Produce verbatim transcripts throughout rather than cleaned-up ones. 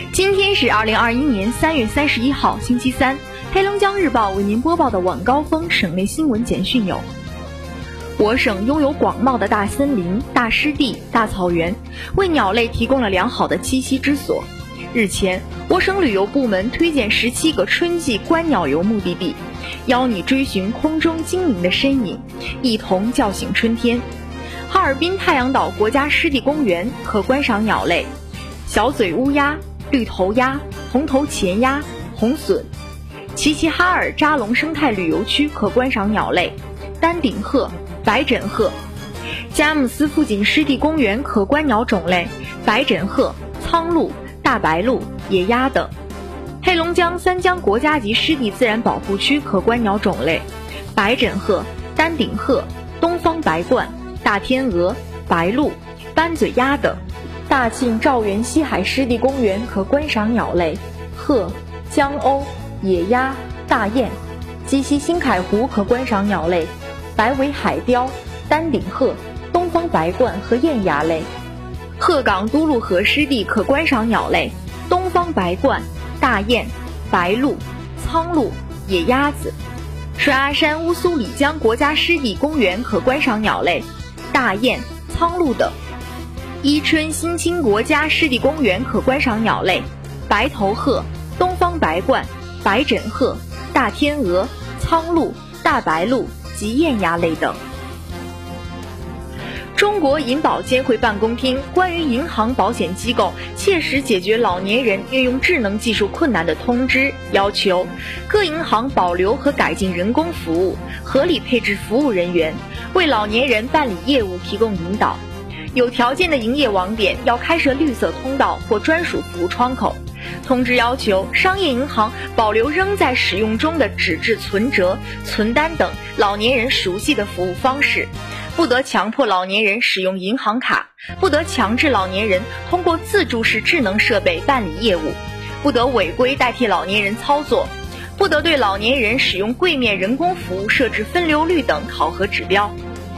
今天是二零二一年三月三十一号，星期三。黑龙江日报为您播报的晚高峰省内新闻简讯有：我省拥有广袤的大森林、大湿地、大草原，为鸟类提供了良好的栖息之所。日前，我省旅游部门推荐十七个春季观鸟游目的地，邀你追寻空中精灵的身影，一同叫醒春天。哈尔滨太阳岛国家湿地公园可观赏鸟类：小嘴乌鸦、绿头鸭、红头前鸭、红隼。齐齐哈尔扎龙生态旅游区可观赏鸟类：丹顶鹤、白枕鹤。佳木斯附近湿地公园可观鸟种类：白枕鹤、苍鹭、大白鹭、野鸭等。黑龙江三江国家级湿地自然保护区可观鸟种类：白枕鹤、丹顶鹤、东方白鹳、大天鹅、白鹭、斑嘴鸭等。大庆肇源西海湿地公园可观赏鸟类：鹤、江鸥、野鸭、大雁。鸡西新凯湖可观赏鸟类：白尾海雕、丹顶鹤、东方白鹳和燕鸭类。鹤岗都路河湿地可观赏鸟类：东方白鹳、大雁、白鹭、苍鹭、野鸭子。水阿山乌苏里江国家湿地公园可观赏鸟类：大雁、苍鹭等。伊春新青国家湿地公园可观赏鸟类：白头鹤、东方白鹳、白枕鹤、大天鹅、苍鹭、大白鹭及燕鸭类等。中国银保监会办公厅关于银行保险机构切实解决老年人运用智能技术困难的通知要求，各银行保留和改进人工服务，合理配置服务人员，为老年人办理业务提供引导。有条件的营业网点要开设绿色通道或专属服务窗口。通知要求商业银行保留仍在使用中的纸质存折、存单等老年人熟悉的服务方式，不得强迫老年人使用银行卡，不得强制老年人通过自助式智能设备办理业务，不得违规代替老年人操作，不得对老年人使用柜面人工服务设置分流率等考核指标。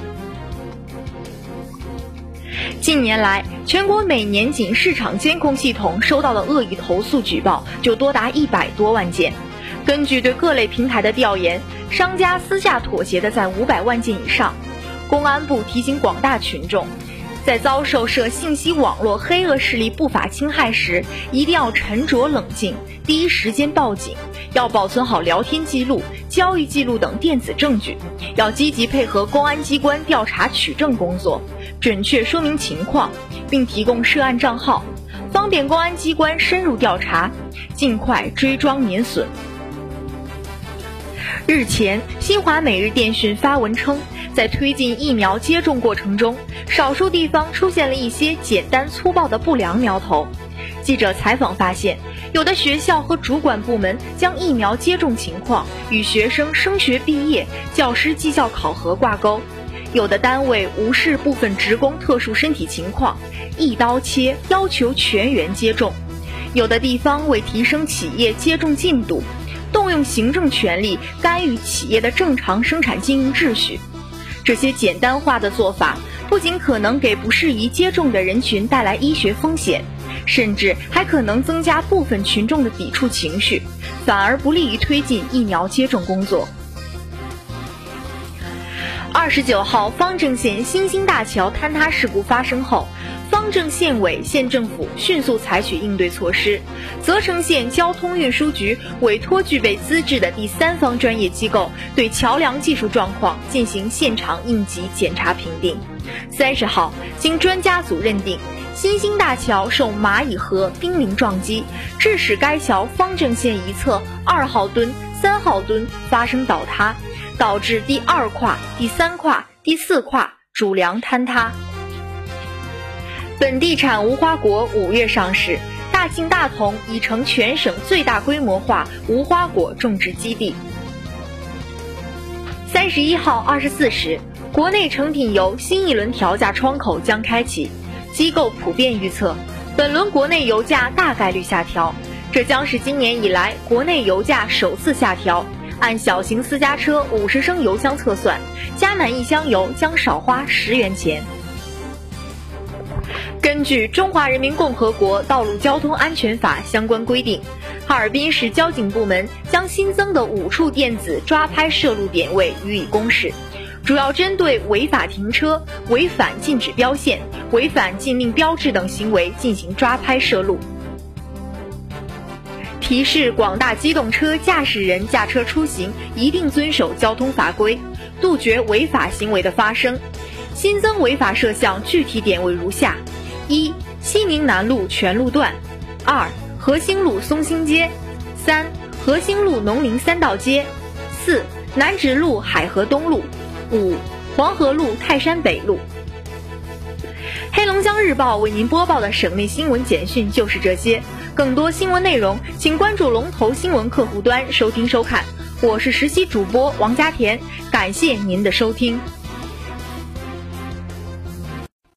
近年来，全国每年仅市场监控系统收到的恶意投诉举报就多达一百多万件。根据对各类平台的调研，商家私下妥协的在五百万件以上。公安部提醒广大群众，在遭受涉信息网络黑恶势力不法侵害时，一定要沉着冷静，第一时间报警，要保存好聊天记录、交易记录等电子证据，要积极配合公安机关调查取证工作，准确说明情况，并提供涉案账号，方便公安机关深入调查，尽快追庄免损。日前，新华每日电讯发文称，在推进疫苗接种过程中，少数地方出现了一些简单粗暴的不良苗头。记者采访发现，有的学校和主管部门将疫苗接种情况与学生升学毕业、教师绩效考核挂钩，有的单位无视部分职工特殊身体情况，一刀切要求全员接种，有的地方为提升企业接种进度，动用行政权力干预企业的正常生产经营秩序。这些简单化的做法不仅可能给不适宜接种的人群带来医学风险，甚至还可能增加部分群众的抵触情绪，反而不利于推进疫苗接种工作。二十九号，方正县新兴大桥坍塌事故发生后，方正县委、县政府迅速采取应对措施。责成县交通运输局委托具备资质的第三方专业机构对桥梁技术状况进行现场应急检查评定。三十号，经专家组认定，新兴大桥受蚂蚁河濒临撞击，致使该桥方正县一侧二号墩、三号墩发生倒塌，导致第二跨、第三跨、第四跨主梁坍塌。本地产无花果五月上市，大庆大同已成全省最大规模化无花果种植基地。三十一号二十四时，国内成品油新一轮调价窗口将开启，机构普遍预测，本轮国内油价大概率下调，这将是今年以来国内油价首次下调。按小型私家车五十升油箱测算，加满一箱油将少花十元钱。根根据《中华人民共和国道路交通安全法》相关规定，哈尔滨市交警部门将新增的五处电子抓拍摄录点位予以公示，主要针对违法停车、违反禁止标线、违反禁令标志等行为进行抓拍摄录。提示广大机动车驾驶人驾车出行一定遵守交通法规，杜绝违法行为的发生。新增违法摄像具体点位如下：一、西宁南路全路段；二、和兴路松兴街；三、和兴路农林三道街；四、南直路海河东路；五、黄河路泰山北路。黑龙江日报为您播报的省内新闻简讯就是这些，更多新闻内容请关注龙头新闻客户端收听收看。我是实习主播王佳田，感谢您的收听。